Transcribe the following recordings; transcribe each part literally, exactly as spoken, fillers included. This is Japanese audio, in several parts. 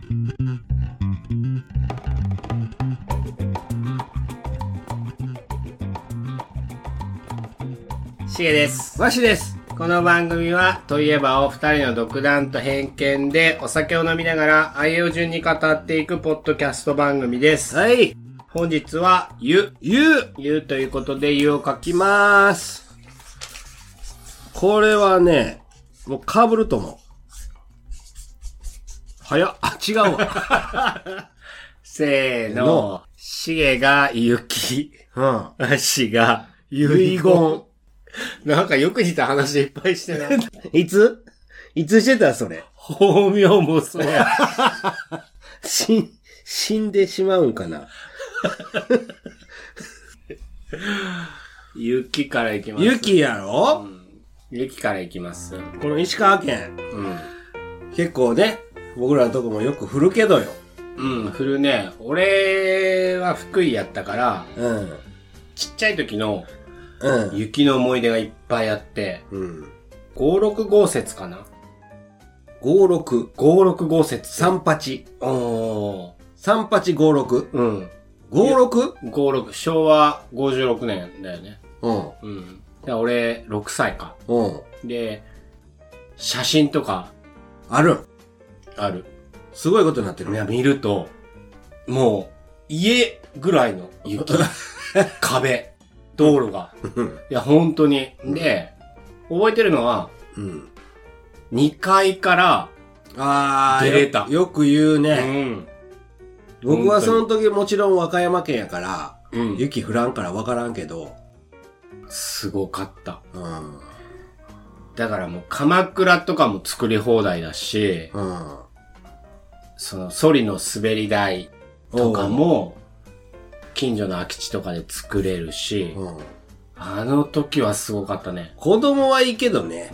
しげです。 わしです。 この番組はといえばを二人の独断と偏見でお酒を飲みながら愛を順に語っていくポッドキャスト番組です。 はい。 本日はゆゆゆということでゆを書きまーす。これはね、もう被ると思う。早っ。あ、違うわ。 せーの。しげがゆき。 うん。 わしが遺言。なんかよく似た話いっぱいしてない。 いついつしてたそれ。 法名もそうや。 死、死んでしまうんかな。 雪からいきます。 雪やろ、うん、 雪からいきます。 この石川県。 うん。 結構ね、僕らのとこもよく降るけどよ。 うん、降るね。俺は福井やったから、 うん。 ちっちゃい時の、 うん。 雪の思い出がいっぱいあって、 うん。 ごじゅうろくごうせつかな ? ごじゅうろく。 ごじゅうろくごうせつ。 さんはち。 おー。 さんはちごじゅうろく? うん。 ごじゅうろく? ごじゅうろく。昭和ごじゅうろくねんだよね。 うん。 うん。で俺、ろくさいか。 うん。 で、写真とか。 ある。 ある。 すごいことになってる。 いや、見ると、もう、家ぐらいの雪。壁。道路が。いや、本当に。で、覚えてるのは、 うん、 にかいからあー、 出れた。 よ、よく言うね。 うん、 僕はその時もちろん和歌山県やから、 うん、 雪降らんからわからんけど。 すごかった。 うん、 だからもう鎌倉とかも作り放題だし、 うん、 そのソリの滑り台とかも、近所の空き地とかで作れるし、うん、あの時はすごかったね。 子供はいいけどね。 うん。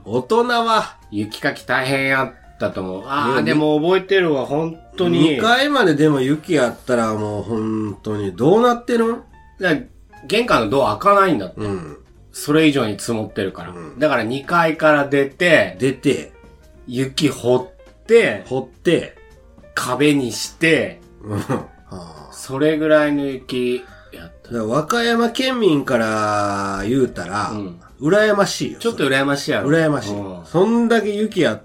大人は。 雪かき大変やったと思う。ああ、でも覚えてるわ、本当に。 にかいまででも雪やったらもう本当にどうなってるん？ だから玄関のドア開かないんだって。 うん。 それ以上に積もってるから。うん、だからにかいから出て、 出て、 雪掘って、 掘って、 壁にして、 うん。 それぐらいの雪やった。 だから和歌山県民から言うたら、うん、羨ましいよ。 ちょっと羨ましいやろ。 羨ましい。うん、そんだけ雪あって、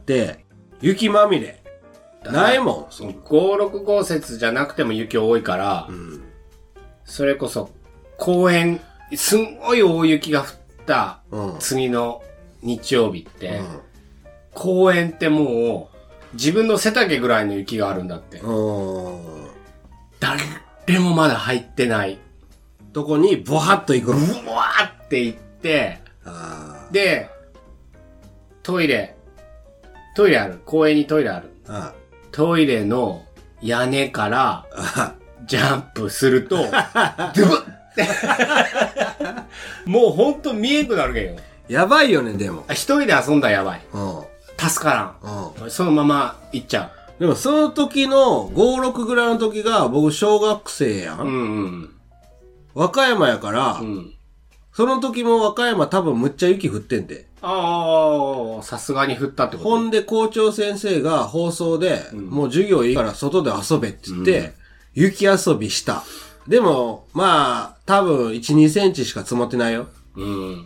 雪まみれ。ないもん。 ごじゅうろくごうせつじゃなくても雪多いから、うん、それこそ公園、すんごい大雪が降った次の日曜日って、うん、公園ってもう自分の背丈ぐらいの雪があるんだって。 うん誰もまだ入ってないとこにボハッと行くの。 ブワーって行って、 あで、トイレ、トイレある。公園にトイレある。 あトイレの屋根からジャンプすると、ドゥブッってもうほんと見えんくなるけんよ。 やばいよね、でも。 一人で遊んだらやばい。 うん、 助からん。うん、そのまま行っちゃう。 でもその時のごじゅうろくぐらいの時が僕小学生やん。 うんうん、 和歌山やから、 うん、 その時も和歌山多分むっちゃ雪降ってんで。 ああ、さすがに降ったってこと。 ほんで校長先生が放送で、うん、もう授業いいから外で遊べって言って、うん、雪遊びした。でも、まあ、多分いち、にセンチしか積もってないよ。 うん。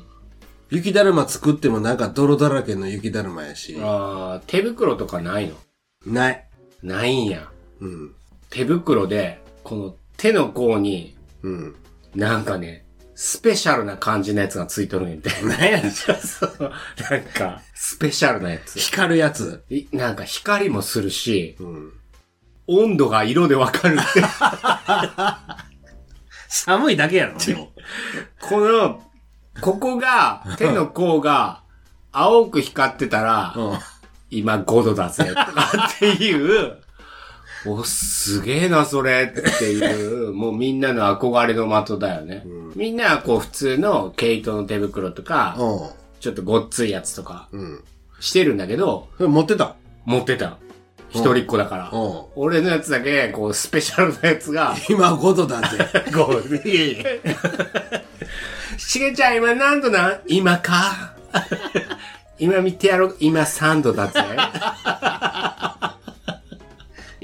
雪だるま作ってもなんか泥だらけの雪だるまやし。 ああ、手袋とかないの？ ない。 ないんや。 うん。 手袋で、この手の甲に、 うん。 なんかね、スペシャルな感じのやつがついとるんやて。 なんやねん。 そう。なんか、スペシャルなやつ。 光るやつ。 なんか光もするし、 うん。 温度が色でわかるって。 寒いだけやろ、でも。 この、ここが、手の甲が青く光ってたら、 うん、 今ごどだぜ、とかっていう、お、すげえな、それっていう、もうみんなの憧れの的だよね。うん、みんなはこう普通の毛糸の手袋とか、 うん、 ちょっとごっついやつとか、 うん、 してるんだけど、 持ってた持ってた。一人っ子だから。 うん、 俺のやつだけ、こう、スペシャルなやつが。 今ごどだぜ。 ごど。いやいや。しげちゃん今何度なん？今か今見てやろう。今さんどだぜ。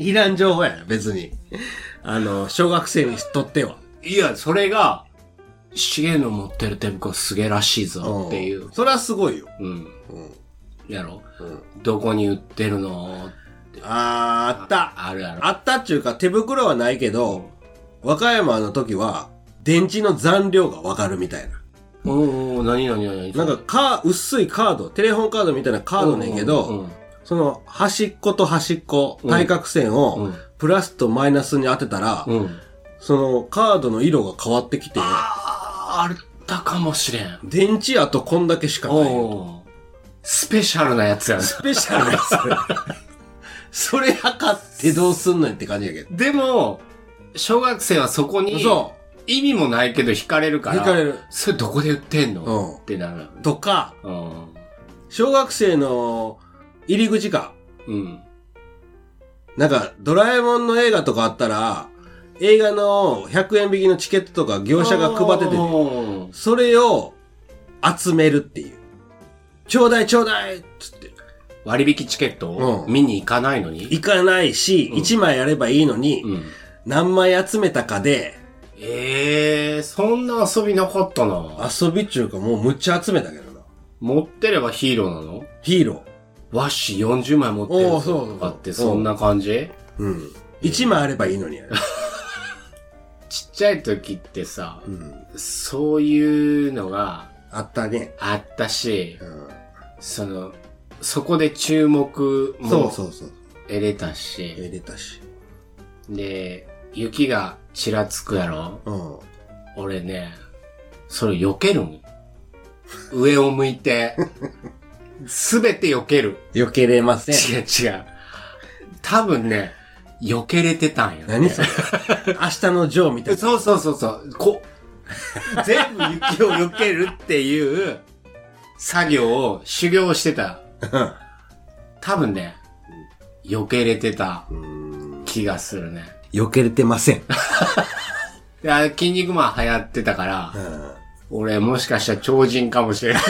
いらん情報やな、別に。あの、小学生にとっては。 いや、それが、シゲの持ってる手袋すげえらしいぞっていう。 それはすごいよ。 うん。 うん。 やろ、 うん、 どこに売ってるのってあー、あった。 あるある。 あったっていうか手袋はないけど、和歌山の時は、電池の残量がわかるみたいな。 おー、なになになになんか、か、薄いカード、テレフォンカードみたいなカードねんけど、うんうん、その、端っこと端っこ、対角線を、プラスとマイナスに当てたら、うん、その、カードの色が変わってきて、 あー、あったかもしれん。 電池あとこんだけしかない。 スペシャルなやつやな。 スペシャルなやつ。それ測ってどうすんのって感じやけど。 でも、小学生はそこに、そう。意味もないけど惹かれるから。 惹かれる。 それどこで売ってんの、うん、ってなる。 とか、うん、小学生の入り口か。うん。なんか、ドラえもんの映画とかあったら、映画のひゃくえん引きのチケットとか業者が配ってて、ね、それを集めるっていう。ちょうだいちょうだいっつって。 割引チケットを見に行かないのに、 行かないし、うん、いちまいやればいいのに、うん、何枚集めたかで、 ええー、そんな遊びなかったな。 遊びっちゅうかもうむっちゃ集めたけどな。 持ってればヒーローなの？ ヒーロー。和紙よんじゅうまい持ってるぞとかってそんな感じ？ うん。いちまいあればいいのにやる。 ちっちゃい時ってさ、うん、そういうのがあったね。 あったし、うん、その、そこで注目もそうそうそう得れたし、 得れたし。 で、雪がちらつくやろ、うん、俺ね、それ避けるん。上を向いて、すべて避ける。 避けれません。 違う違う。多分ね、避けれてたんよ、ね。 何それ明日のジョーみたいな。 そうそうそうそう。こ、全部雪を避けるっていう作業を修行してた。多分ね、避けれてた気がするね。 避けれてません。 いや、筋肉マン流行ってたから、うん、俺もしかしたら超人かもしれない。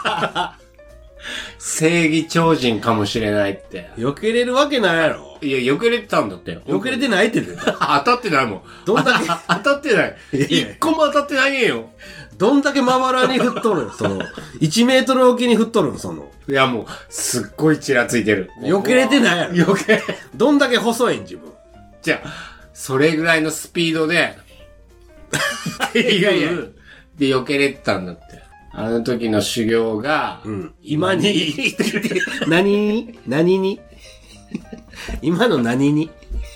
正義超人かもしれないって。 避けれるわけないやろ。 いや、避けれてたんだってよ。 避けれてないって言ってた。当たってないもん。 どんだけ当たってない。一個も当たってないんよ。 どんだけまばらに振っとるんその、いちメートルおきに振っとるんその。 いや、もう、すっごいちらついてる。 避けれてないやろ。 避け、 どんだけ細いん自分。 じゃあ、それぐらいのスピードで、っていう、いやいやで避けれてたんだって。あの時の修行が、 うん、今に生きてる。何に何に今の何に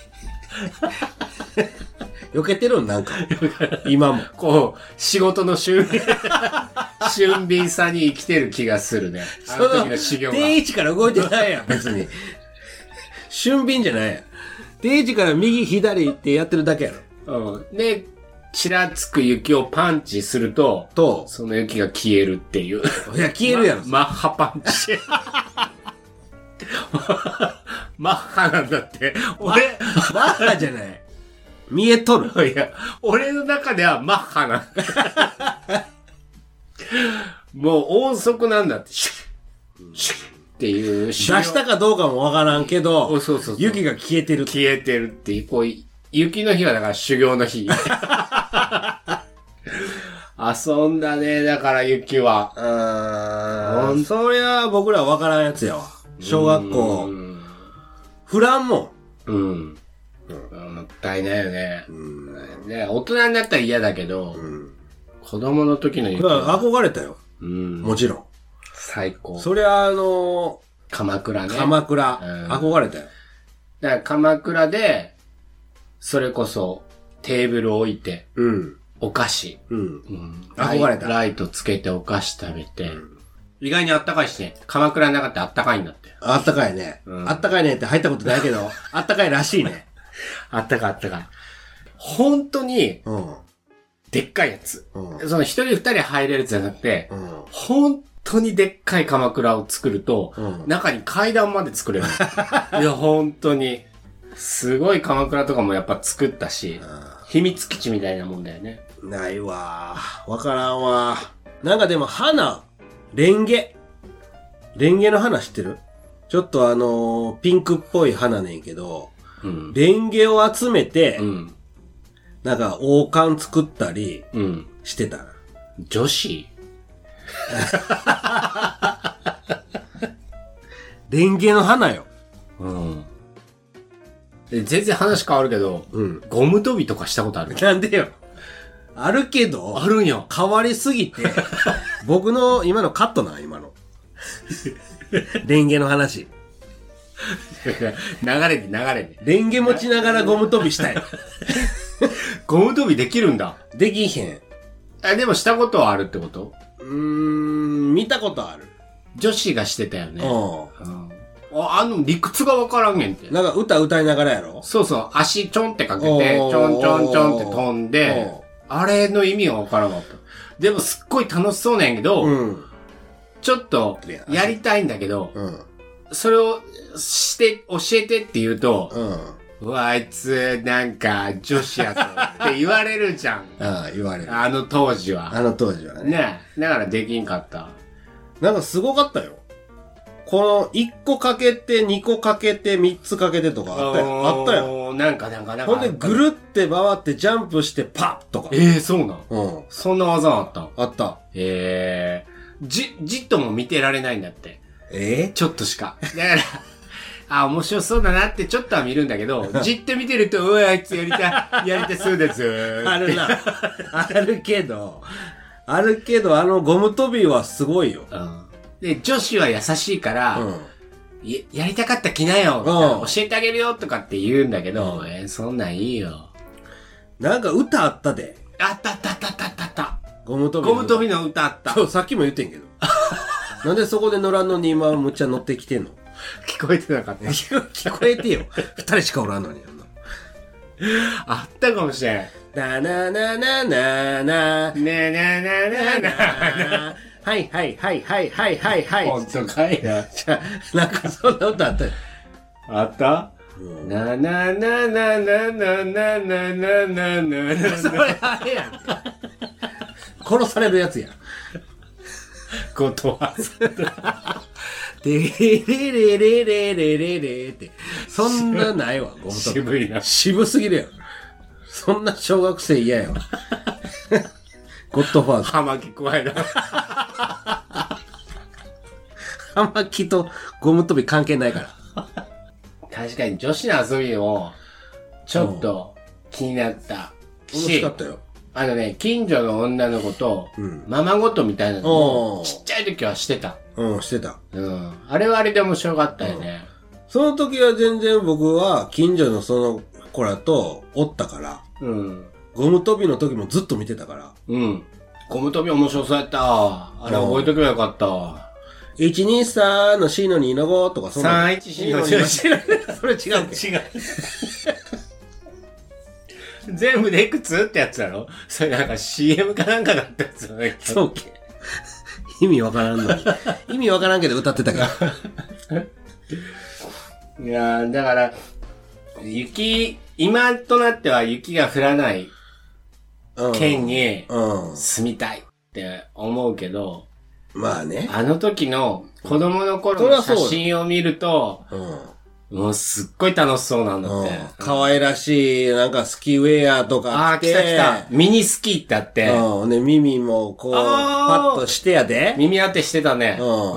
避けてるんなんか。今も。 こう、仕事の俊敏、俊敏さに生きてる気がするね。あの時の修行が。 定位置から動いてないやん、別に。俊敏じゃないやん。定位置から右左ってやってるだけやろ。うん。で、ちらつく雪をパンチすると、 と、 その雪が消えるっていう。 いや、消えるやろ。 マッハパンチ。マッハなんだって。俺、 マッハじゃない。見えとる。 いや、俺の中ではマッハなんだ。もう音速なんだって。シュッ、シュッっていう。出したかどうかもわからんけど、 そうそうそう、 雪が消えてる。 消えてるっていう、こう、雪の日はだから修行の日。遊んだね、だから雪は。 うーん。そりゃ僕らわからんやつやわ。小学校。フランもん。うん。 もったいないよね。うん、ね、大人になったら嫌だけど、うん、子供の時の雪は憧れたよ。うん、もちろん。 最高。 そりゃあのー、 鎌倉ね。 鎌倉、うん。憧れたよ。 だから鎌倉で、それこそテーブル置いて、うん、お菓子、うんうん、 憧れた。 ライトつけてお菓子食べて、うん、意外にあったかいしね。鎌倉の中ってあったかいんだって。 あったかいね。うん、あったかいねって入ったことないけど、あったかいらしいね。 あったかいあったかい。本当に、うん、でっかいやつ。うん、その一人二人入れるやつじゃなくて、うん、本当にでっかい鎌倉を作ると、うん、中に階段まで作れる。いや、本当に。すごい鎌倉とかもやっぱ作ったし、秘密基地みたいなもんだよね。 ないわー。わからんわー。なんかでも花、レンゲ。レンゲの花知ってる？ちょっとあのー、ピンクっぽい花ねんけど、 うん、レンゲを集めて、うん、なんか王冠作ったりしてた。うん、 女子レンゲの花よ。 うん。全然話変わるけど、うん、ゴム跳びとかしたことある？ なんでよ。あるけど、 あるんよ。 変わりすぎて、僕の今のカットな、今の。レンゲの話。 流れで流れで。 レンゲ持ちながらゴム跳びしたい。 ゴム跳びできるんだ。 できへん。 あ、でもしたことはあるってこと？ うーん、見たことある。 女子がしてたよね。うん。あ, あの理屈がわからんねんって。 なんか歌歌いながらやろ？ そうそう。足ちょんってかけて、ちょんちょんちょんって飛んで、あれの意味がわからなかった。でもすっごい楽しそうなんやけど、うん、ちょっとやりたいんだけど、うん、それをして、教えてって言うと、うん、うわ、あいつなんか女子やぞって言われるじゃん。 ああ、言われる。 あの当時は。 あの当時はね。 ね。だからできんかった。 なんかすごかったよ。このいっこかけてにこかけてみっつかけてとかあったよ。あったよ。 なんかなんかなんか。 ほんでぐるって回ってジャンプしてパッとか。 ええー、そうなん？うん。そんな技あったあった。 ええー。じ、じっとも見てられないんだって。 ええー、 ちょっとしか。だから、あ、面白そうだなってちょっとは見るんだけど、じって見てると、うわ、あいつやりたい、やりたそうです。 あるな。あるけど、あるけど、あのゴム跳びはすごいよ。うんで、女子は優しいから、うん、や, やりたかったら来なよ、うん、教えてあげるよとかって言うんだけど、うん、えー、そんなんいいよ。 なんか歌あったで。 あったあったあったあったあったあった。 ゴム跳びの歌。ゴム跳びの歌あった。 そう、さっきも言ってんけど。なんでそこで乗らんのに今むっちゃ乗ってきてんの？ 聞こえてなかった。 聞こえてよ。二人しかおらんのに。 あったかもしれん。 なななななな。なななななな。はいはいはいはいはいはいはい。 ほんとかいな。 じゃあ、なんかそんな歌あったよ。 あった、うん、ななななななななななな。 それあれやん。殺されるやつやん。 ことは。 でれれれれれれれれって。そんなないわ、ゴム跳び。 渋いな。 渋すぎるやん。そんな小学生嫌やわ。ゴッドファーザー。 葉巻怖いな。 葉巻とゴム跳び関係ないから。 確かに女子の遊びも、ちょっと気になったし。楽しかったよ。 あのね、近所の女の子と、うん、ママごとみたいなのも、ちっちゃい時はしてた。 うん、してた。 うん。あれはあれで面白かったよね。 うん、その時は全然僕は近所のその子らとおったから、うん。ゴム跳びの時もずっと見てたから。 うん。ゴム跳び面白そうやった。あれ覚えとけばよかった。 いちにさんの C のにのごとかそんな。さんいち C のにのご。それ違う。 違う。全部でいくつってやつだろ？それなんか シーエム かなんかだったやつだね。 そうけ。意味わからんのに。意味わからんけど歌ってたから。 いやー、だから、雪、今となっては雪が降らない県に住みたいって思うけど、 うんうん、まあね。 あの時の子供の頃の写真を見ると、うん、もうすっごい楽しそうなんだって。うん、 可愛らしい、なんかスキーウェアとか着て。 ああ、来た来た。ミニスキーってあって。 うん。ね、耳もこう、パッとしてやで。 耳当てしてたね。うん。うん。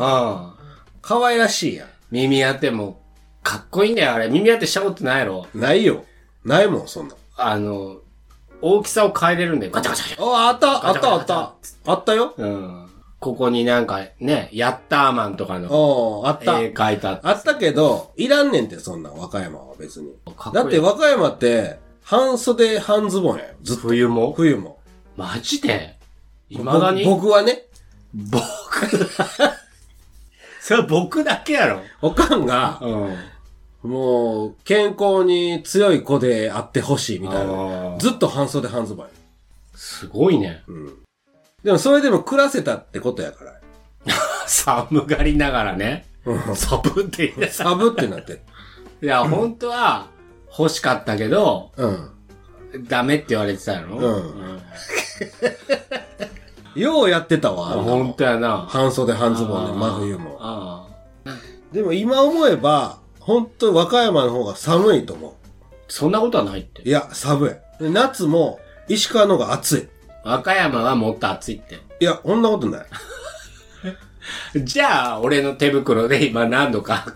可愛らしいやん。 耳当ても、かっこいいんだよ、あれ。耳当てしたことないやろ？ ないよ。ないもん、そんな。 あの、大きさを変えれるんだよ。ガチャガチャガチャ。 あ、あった、あった、あった。あったよ。 うん。ここになんかね、ヤッターマンとかのあった絵描いた。 あったけど、いらんねんって、そんな、和歌山は別に。だって和歌山って、半袖半ズボンやよ。 ずっと。冬も冬も。 マジで未だに僕はね。 僕それは僕だけやろ。 おかんが、うん、もう、健康に強い子であってほしいみたいな。ずっと半袖半ズボンや。 すごいね。うん。 でもそれでも暮らせたってことやから。 寒がりながらね。サブって言って。サブってなって。 いや、うん、本当は欲しかったけど、うん、ダメって言われてたの、うん、 ようやってたわ。 本当やな。 半袖半ズボンで真冬も。あでも今思えば、本当和歌山の方が寒いと思う。 そんなことはないって。 いや、寒い。夏も、石川の方が暑い。 和歌山はもっと暑いって。 いや、そんなことない。 じゃあ、俺の手袋で今何度か。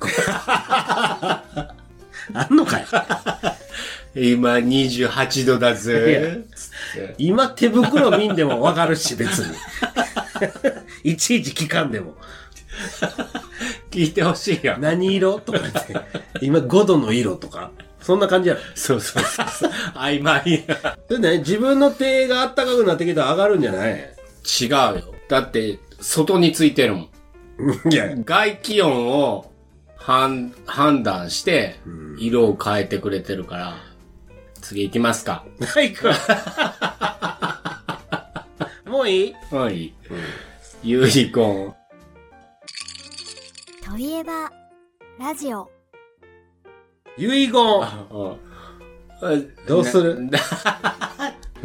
あんのかい今にじゅうはちどだぜ。 今手袋見んでもわかるし、別に。いちいち聞かんでも。 聞いてほしいよ。 何色とか言って。今ごどの色とか。そんな感じやろ。 そうそうそうそう。曖昧な。 でね、自分の手が暖かくなってきたら上がるんじゃない？ 違うよ。だって、外についてるもん。いや。外気温を判断して、色を変えてくれてるから。次行きますか。 はいか。もういい？ もういい。遺言。 といえば、ラジオ。 遺言。どうする？ふ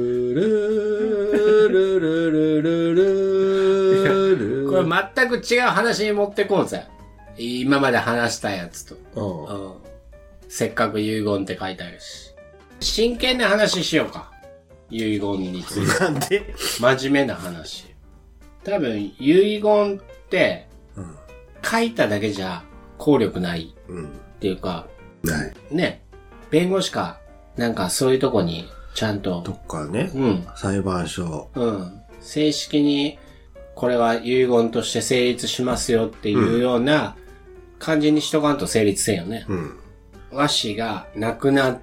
るるるるるる。 これ全く違う話に持ってこうぜ。今まで話したやつと。うん、せっかく遺言って書いてあるし。真剣な話しようか。遺言について。 なんで？ 真面目な話。多分、遺言って、うん、書いただけじゃ効力ないっていうか、 うん、ない。 ね、弁護士か、なんかそういうとこにちゃんと。 どっかね、 うん。 裁判所。 うん。正式に、これは遺言として成立しますよっていうような感じにしとかんと成立せんよね。うん。わしが亡くなった。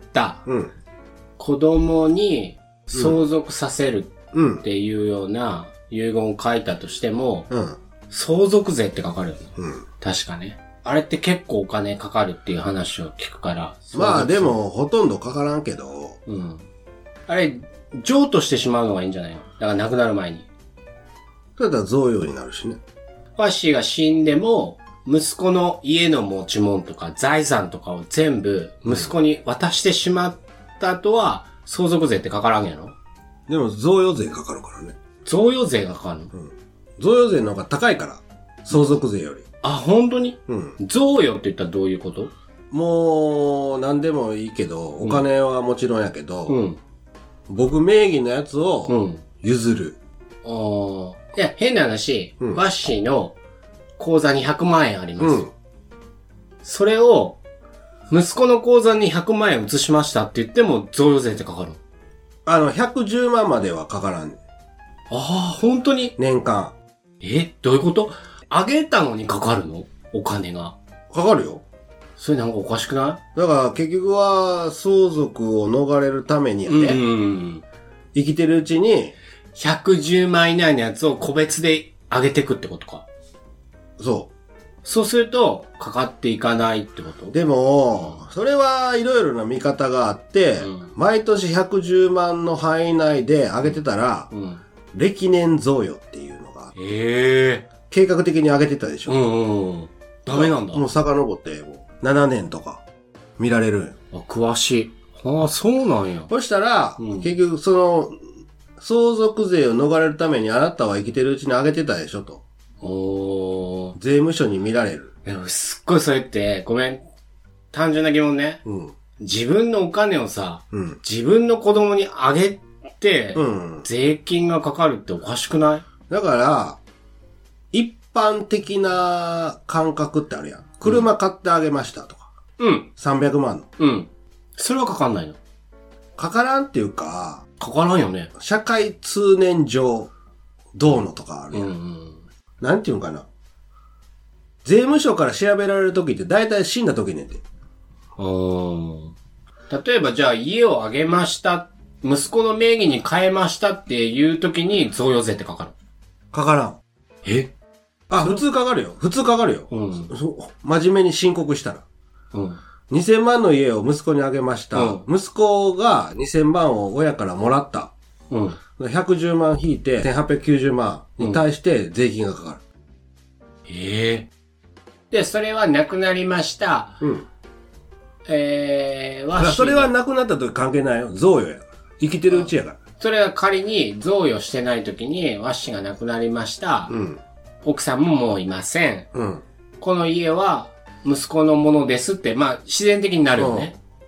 うん。子供に相続させるっていうような遺言を書いたとしても、うん、相続税ってかかるよね、うん。確かね。あれって結構お金かかるっていう話を聞くから。 まあでもほとんどかからんけど。 うん。あれ、譲渡してしまうのがいいんじゃないの？だから亡くなる前に。 それだったら贈与になるしね。 わしが死んでも、息子の家の持ち物とか財産とかを全部息子に渡してしまった後は、相続税ってかからんやろ？ でも贈与税かかるからね。 贈与税がかかるの？うん。 贈与税の方が高いから。相続税より。 あ、本当に？うん。贈与って言ったらどういうこと？ もう、何でもいいけど、お金はもちろんやけど、うん、僕名義のやつを譲る。 うん、ああ。いや、変な話、うん、ワッシーの口座にひゃくまんえんあります。うん、それを、息子の口座にひゃくまんえん移しましたって言っても贈与税ってかかる？ あの、ひゃくじゅうまんまではかからん。 ああ、本当に？ 年間。 え？どういうこと？あげたのにかかるの？お金が。 かかるよ。 それなんかおかしくない？ だから結局は相続を逃れるためにやね。うん。生きてるうちに。 ひゃくじゅうまん以内のやつを個別であげてくってことか。 そう。 そうすると、かかっていかないってこと？ でも、うん、それはいろいろな見方があって、うん、毎年ひゃくじゅうまんの範囲内で上げてたら、うん、歴年贈与っていうのが、 えー、 計画的に上げてたでしょ。 うんうん、ダメなんだ。 もう遡って、もうななねんとか見られる。 あ、詳しい。ああ、そうなんや。 そしたら、うん、結局その、相続税を逃れるためにあなたは生きてるうちに上げてたでしょと。おー。税務署に見られる。 いや、すっごいそれって、ごめん。単純な疑問ね。うん。自分のお金をさ、うん、自分の子供にあげて、うん、税金がかかるっておかしくない？ だから、一般的な感覚ってあるやん。車買ってあげましたとか。うん。さんびゃくまんの。 うん。それはかかんないの？ かからんっていうか、 かからんよね。 社会通念上、どうのとかあるやん。うんうん、なんていうんかな。税務署から調べられるときって大体死んだときねんて。 例えばじゃあ家をあげました。息子の名義に変えましたっていうときに贈与税ってかかる？ かからん。 え？ あ、普通かかるよ。普通かかるよ。うん、真面目に申告したら。うん、にせんまんの家を息子にあげました。うん、息子がにせんまんを親からもらった。うん、ひゃくじゅうまん引いてせんはっぴゃくきゅうじゅうまんに対して税金がかかる。 うん、ええー。で、それはなくなりました。うん。えー、 わし。それはなくなった時関係ないよ。贈与やから。生きてるうちやから。 それは仮に贈与してない時に、わしが亡くなりました。うん。奥さんももういません。うん。この家は息子のものですって、まあ自然的になるよね。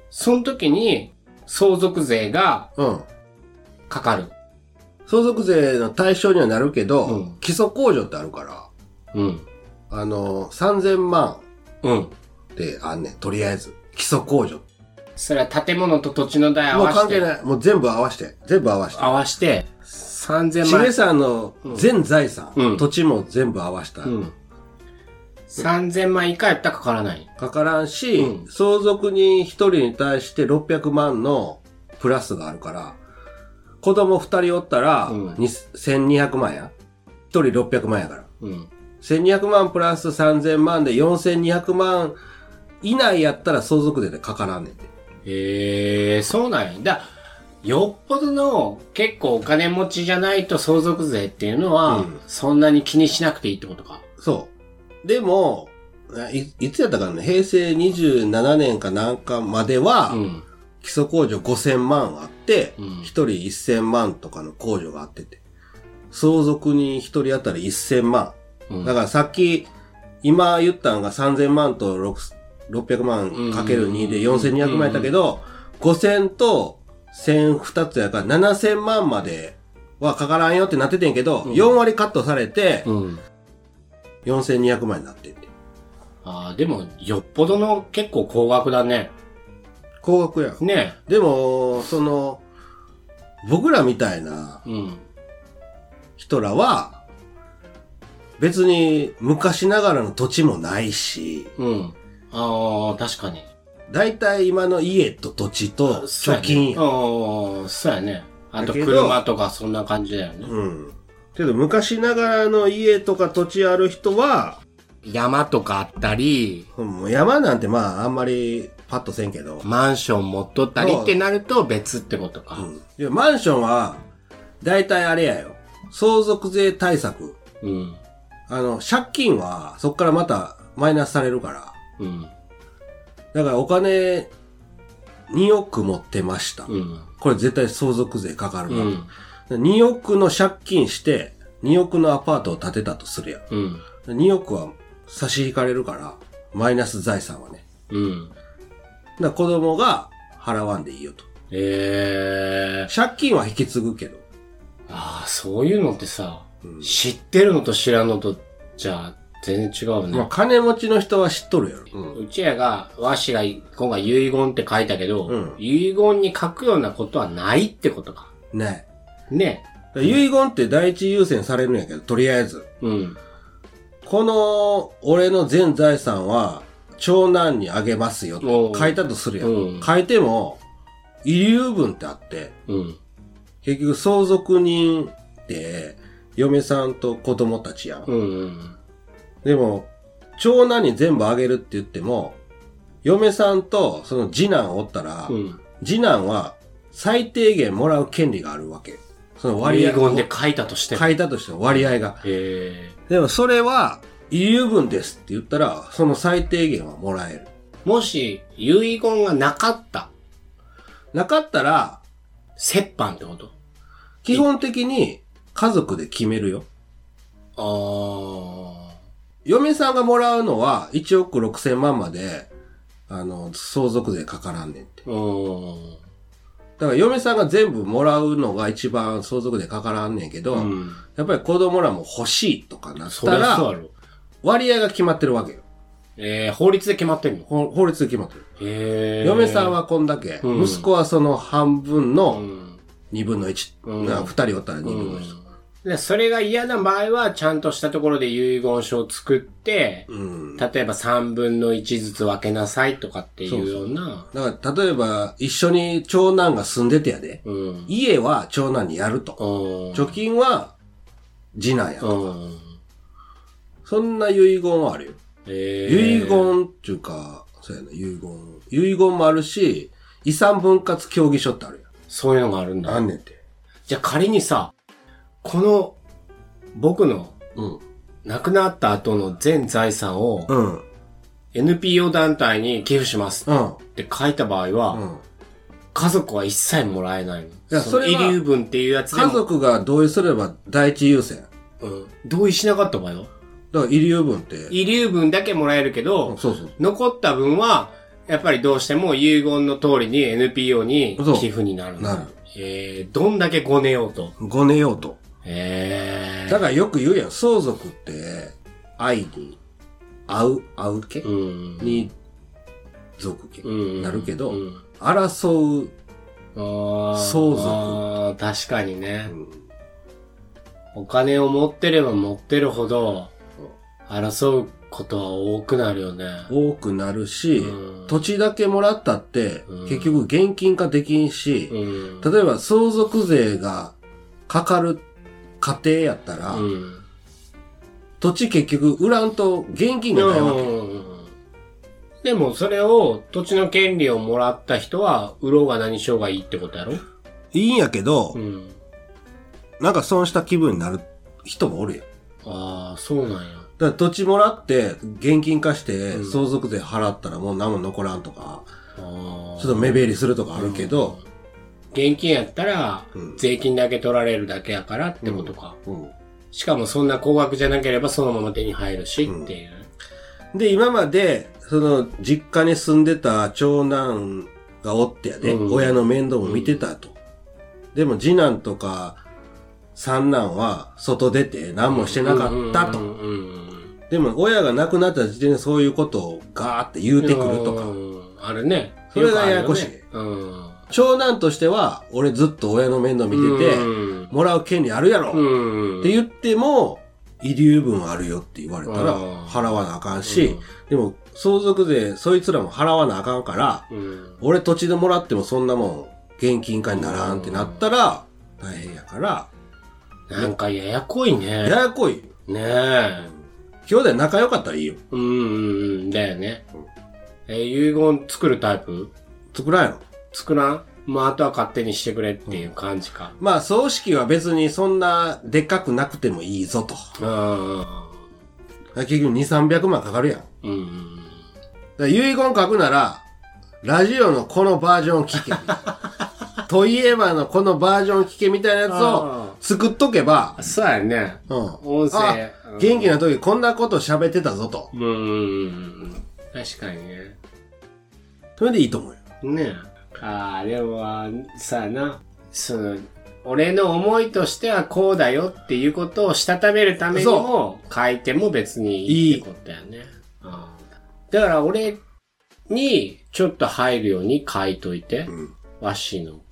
その時に相続税がかかる。うん、 相続税の対象にはなるけど、うん、基礎控除ってあるから、うん、あの、さんぜんまんってあんねん、とりあえず。基礎控除。 それは建物と土地の代合わせて。 もう関係ない。もう全部合わせて。全部合わせて。 合わせて、さんぜんまん。 しげさんの全財産、うん、土地も全部合わせた。うん、 さんぜんまん以下やったらかからない。 かからんし、うん、相続人ひとりに対してろっぴゃくまんのプラスがあるから、子供ふたりおったら、うん、せんにひゃくまんや。ひとりろっぴゃくまんやから。うん、せんにひゃくまんプラスさんぜんまんでよんせんにひゃくまん以内やったら相続税でかからんねんて。 へえー、そうなんや。だよっぽどの結構お金持ちじゃないと相続税っていうのは、うん、そんなに気にしなくていいってことか。 そう。でも、い, いつやったかな、平成にじゅうななねんかなんかまでは、うん、基礎控除ごせんまんあって、うん、ひとりせんまんとかの控除があってて、相続人ひとり当たりせんまん。うん、だからさっき、今言ったのがさんぜんまんとろっぴゃくまんかけるにでよんせんにひゃくまんやったけど、ごせんとせんふたつやからななせんまんまではかからんよってなっててんけど、うん、よんわりカットされて、うん、よんせんにひゃくまんになってんて。 ああ、でもよっぽどの結構高額だね。 高額や。 ね。 でも、その、僕らみたいな人らは、別に昔ながらの土地もないし、うん。 ああ、確かに。 だいたい今の家と土地と貯金や。 ああ、そうやね。あと車とかそんな感じだよね。 うん。けど昔ながらの家とか土地ある人は、 山とかあったり、 うん、山なんてまああんまりパッとせんけど。 マンション持っとったりってなると別ってことか。 うん。いや、マンションは、だいたいあれやよ。相続税対策。うん。あの、借金はそっからまたマイナスされるから。うん。だからお金におく持ってました。うん。これ絶対相続税かかるな。うん。におくの借金して、におくのアパートを建てたとするやん。うん。におくは差し引かれるから、マイナス財産はね。うん。だから子供が払わんでいいよと。へえー。借金は引き継ぐけど。 ああ、そういうのってさ、うん、知ってるのと知らんのと、じゃあ、全然違うね。 まあ、金持ちの人は知っとるやろ。 うん、うちやが、わしが今回遺言って書いたけど、うん、遺言に書くようなことはないってことか。 ない。 ね。 遺言って第一優先されるんやけど、とりあえず。うん。この、俺の全財産は、長男にあげますよと書いたとするやん。うん、書いても、遺留分ってあって、うん、結局相続人って、嫁さんと子供たちやん。うんうん、でも、長男に全部あげるって言っても、嫁さんとその次男おったら、うん、次男は最低限もらう権利があるわけ。その割合。 遺言で書いたとしても。 書いたとしても割合が。へー。でもそれは遺留分ですって言ったら、その最低限はもらえる。 もし、遺言がなかった。 なかったら、 折半ってこと？ 基本的に家族で決めるよ。ああ。嫁さんがもらうのはいちおくろくせんまんまで、あの、相続税かからんねんって。うん。だから嫁さんが全部もらうのが一番相続税かからんねんけど、うん、やっぱり子供らも欲しいとかなったら、割合が決まってるわけよ。 えー、法律で決まってるの？ 法律で決まってる。へー。嫁さんはこんだけ、うん、息子はその半分のにぶんのいち、うん、ふたりおったらにぶんのいち。 でそれが嫌な場合は、ちゃんとしたところで遺言書を作って、うん、例えばさんぶんのいちずつ分けなさいとかっていうような。 そうそう。だから、例えば、一緒に長男が住んでてやで、うん、家は長男にやると。うん、貯金は次男やとか。うん、そんな遺言はあるよ。えー、遺言っていうか、そうやな、遺言。遺言もあるし、遺産分割協議書ってあるやん。 そういうのがあるんだ。 あんねんて。 じゃあ仮にさ、この、僕の、亡くなった後の全財産を、うん、エヌピーオー 団体に寄付しますって書いた場合は、うん、家族は一切もらえないの。いや、それは、遺留分っていうやつでも。 家族が同意すれば第一優先。 うん。同意しなかった場合はだから遺留分って。 遺留分だけもらえるけど、うん、そうそう。残った分は、 やっぱりどうしても遺言の通りに エヌピーオー に寄付になるんだ。 なる。 えー、どんだけごねようと。 ごねようと。 えー。 だからよく言うやん、相続って、愛に、合う、合うけ、うん、に、属け、うん、なるけど、うん、争う、相続。 あ確かにね、うん。お金を持ってれば持ってるほど、争うことは多くなるよね。 多くなるし、うん、土地だけもらったって、うん、結局現金化できんし、うん、例えば相続税がかかる家庭やったら、うん、土地結局売らんと現金がないわけ。うん、 でもそれを土地の権利をもらった人は売ろうが何しようがいいってことやろ？ いいんやけど、うん、なんか損した気分になる人もおるやん。 ああ、そうなんや。 だから土地もらって現金化して相続税払ったらもう何も残らんとか、うん、ちょっと目減りするとかあるけど、 うん、現金やったら税金だけ取られるだけやからってことか。うんうん、しかもそんな高額じゃなければそのまま手に入るしっていう。 うん、で、今までその実家に住んでた長男がおってやで、うん、親の面倒も見てたと。でも次男とか三男は外出て何もしてなかったと。でも親が亡くなった時点でそういうことをガーって言うてくるとか。 あるね。 それがややこしい。ね、うん、長男としては、俺ずっと親の面倒見てて、もらう権利あるやろって言っても、遺留分あるよって言われたら払わなあかんし、でも相続税そいつらも払わなあかんから、俺土地でもらってもそんなもん現金化にならんってなったら大変やから、 なんかややこいね。 ややこい。 ねえ。 兄弟仲良かったらいいよ。 うん、うん、だよね。うん、えー、遺言作るタイプ？ 作らんやろ。 作らん？まあ、あとは勝手にしてくれっていう感じか。 うん、まあ、葬式は別にそんなでっかくなくてもいいぞと。うん。結局に、さんびゃくまんかかるやん。うん。だから遺言書くなら、ラジオのこのバージョン聞け。といえばのこのバージョン聞けみたいなやつを作っとけば。 そうやね。うん。音声。 元気な時こんなこと喋ってたぞと。 うん。確かにね。 それでいいと思うよ。 ねえ。ああ、でも、さあな。その、俺の思いとしてはこうだよっていうことをしたためるためにも書いても別にいいってことだよね。いいだから俺にちょっと入るように書いといて。うん、わしの。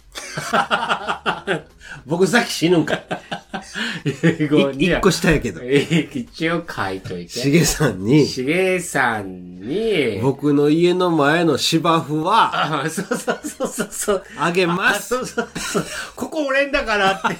僕さっき死ぬんかい。一個したやけど。 一応書いといて。 しげさんに。 しげさんに。 僕の家の前の芝生は。 あ、そうそうそうそうそう。 あげます。 そうそうそう。ここ俺んだからって。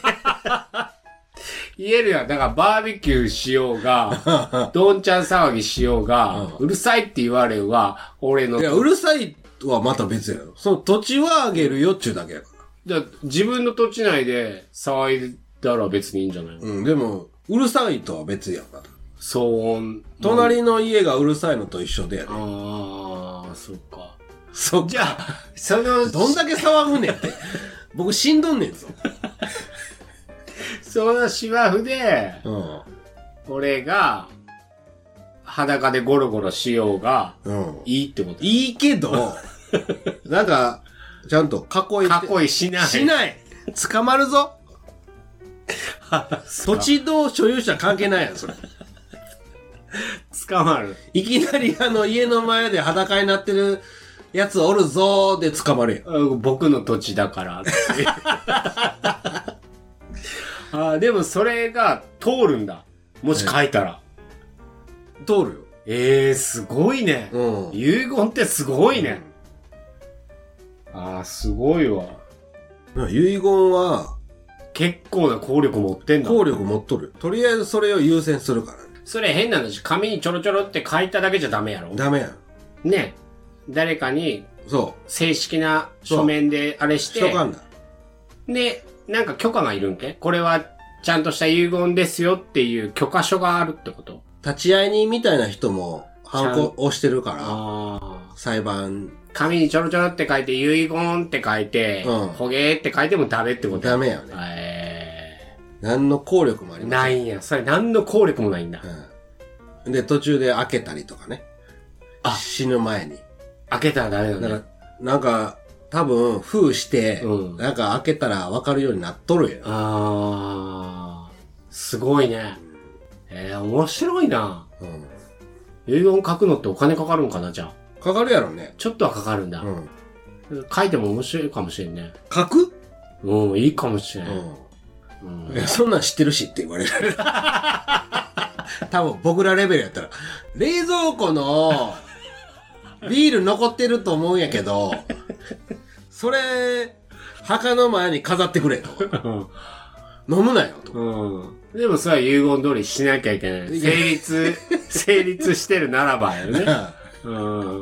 言えるやん。だからバーベキューしようが、どんちゃん騒ぎしようが、うるさいって言われるわ、俺の。 いや、うるさいはまた別やろ。その土地はあげるよっちゅうだけやから。 じゃあ自分の土地内で騒いだら別にいいんじゃないの？ うん、でも、うるさいとは別やから。 騒音。 隣の家がうるさいのと一緒でやね。 ああ、そっか。 そっか。じゃあ、その、どんだけ騒ぐねんって。僕死んどんねんぞ。 その芝生で、うん、俺が、裸でゴロゴロしようが、うん、いいってこと？ いいけど、なんか、ちゃんと囲い。 囲いしない。 しない。捕まるぞ。土地の所有者関係ないやん、それ。 捕まる。 いきなりあの家の前で裸になってるやつおるぞーで捕まるやん。僕の土地だからって。あ、でもそれが通るんだ。もし書いたら。 通るよ。 ええー、すごいね。うん。遺言ってすごいね。うん、ああ、すごいわ。 遺言は、 結構な効力持ってんだ。 効力持っとる。とりあえずそれを優先するから。 それ変なんだし、紙にちょろちょろって書いただけじゃダメやろ？ ダメやん。ね。誰かに、そう。正式な書面であれして。 書簡だ。 で、なんか許可がいるんけ？これはちゃんとした遺言ですよっていう許可書があるってこと？ 立ち会い人みたいな人も、ハンコ押してるから、裁判。 紙にちょろちょろって書いて、遺言って書いて、うん、ほげーって書いてもダメってこと？ ダメよね。えー、何の効力もありません。 ないんや。それ何の効力もないんだ。 うん、で、途中で開けたりとかね。あ、死ぬ前に。 開けたらダメなんだ。 なんか、なんか、多分、封して、うん、なんか開けたら分かるようになっとるよ。 あー。すごいね。えー、面白いな。うん。遺言書くのってお金かかるんかな、じゃあ。かかるやろね。 ちょっとはかかるんだ。うん。書いても面白いかもしれんね。 書く？ うん、いいかもしれん。 うん。うん、いや、そんなん知ってるしって言われる。多分僕らレベルやったら、冷蔵庫のビール残ってると思うんやけど、それ、墓の前に飾ってくれと。飲むなよと。 うん、でもそれは遺言通りしなきゃいけない。成立、成立してるならばよね。うん、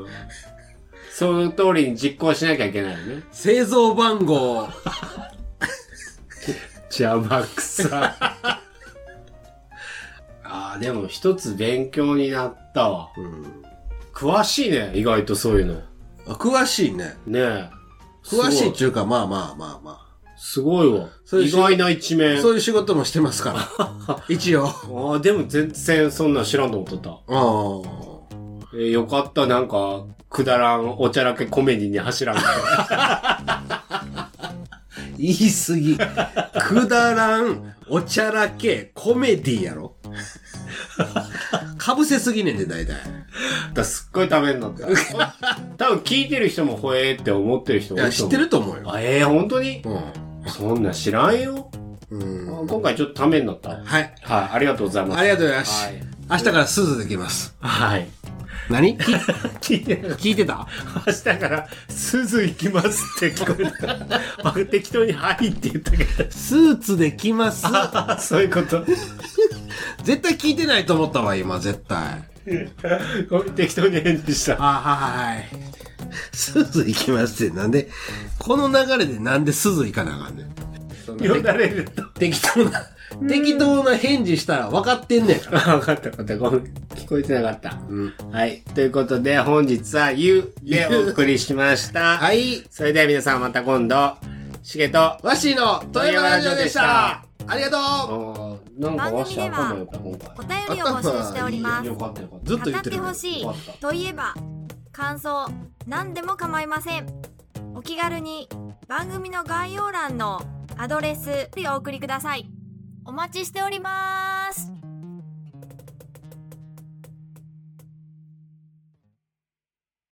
その通りに実行しなきゃいけないよね。 製造番号。 邪魔くさ。ああ、でも一つ勉強になったわ。うん、詳しいね、意外とそういうの。 あ、詳しいね。 ねえ。 詳しいっていうか、まあまあまあまあ。 すごいわ。そういう意外な一面。 そういう仕事もしてますから。一応。 ああ、でも全然そんなん知らんと思っとった。ああ。えー、よかった、なんか、くだらん、おちゃらけコメディに走らん。 言い過ぎ。くだらん、おちゃらけ、コメディやろかぶせすぎねんで、だいたい。 だすっごいためになった。多分聞いてる人もほえーって思ってる人もいると思う。 いや、知ってると思うよ。 あ、ええー、本当にうん。そんな知らんよ。うん。今回ちょっとためになった。はい。はい。ありがとうございます。 ありがとうございます。はい。明日からスズできます。 はい。 何聞いてた聞いてた明日からスズ行きますって聞こえた。適当にはいって言ったけど。 スーツで来ます。 そういうこと。 絶対聞いてないと思ったわ、今、絶対。 適当に返事した。 あ、はい。スズ行きますって、なんで、この流れでなんでスズ行かなあかんねん。 よだれると。 適当な。適当な返事したら分かってんねんから。 分かった分かった。ごめん。聞こえてなかった。うん。はい。ということで、本日はゆでお送りしました。 はい。 それでは皆さんまた今度、しげとわっしーの富山ラジオでした。ありがとう。なんかわし頭よかった、今回。 お便りを募集しております。 よかったよかった。 ずっと言ってる。 語ってほしいといえば、感想、何でも構いません。お気軽に番組の概要欄のアドレスでお送りください。お待ちしております。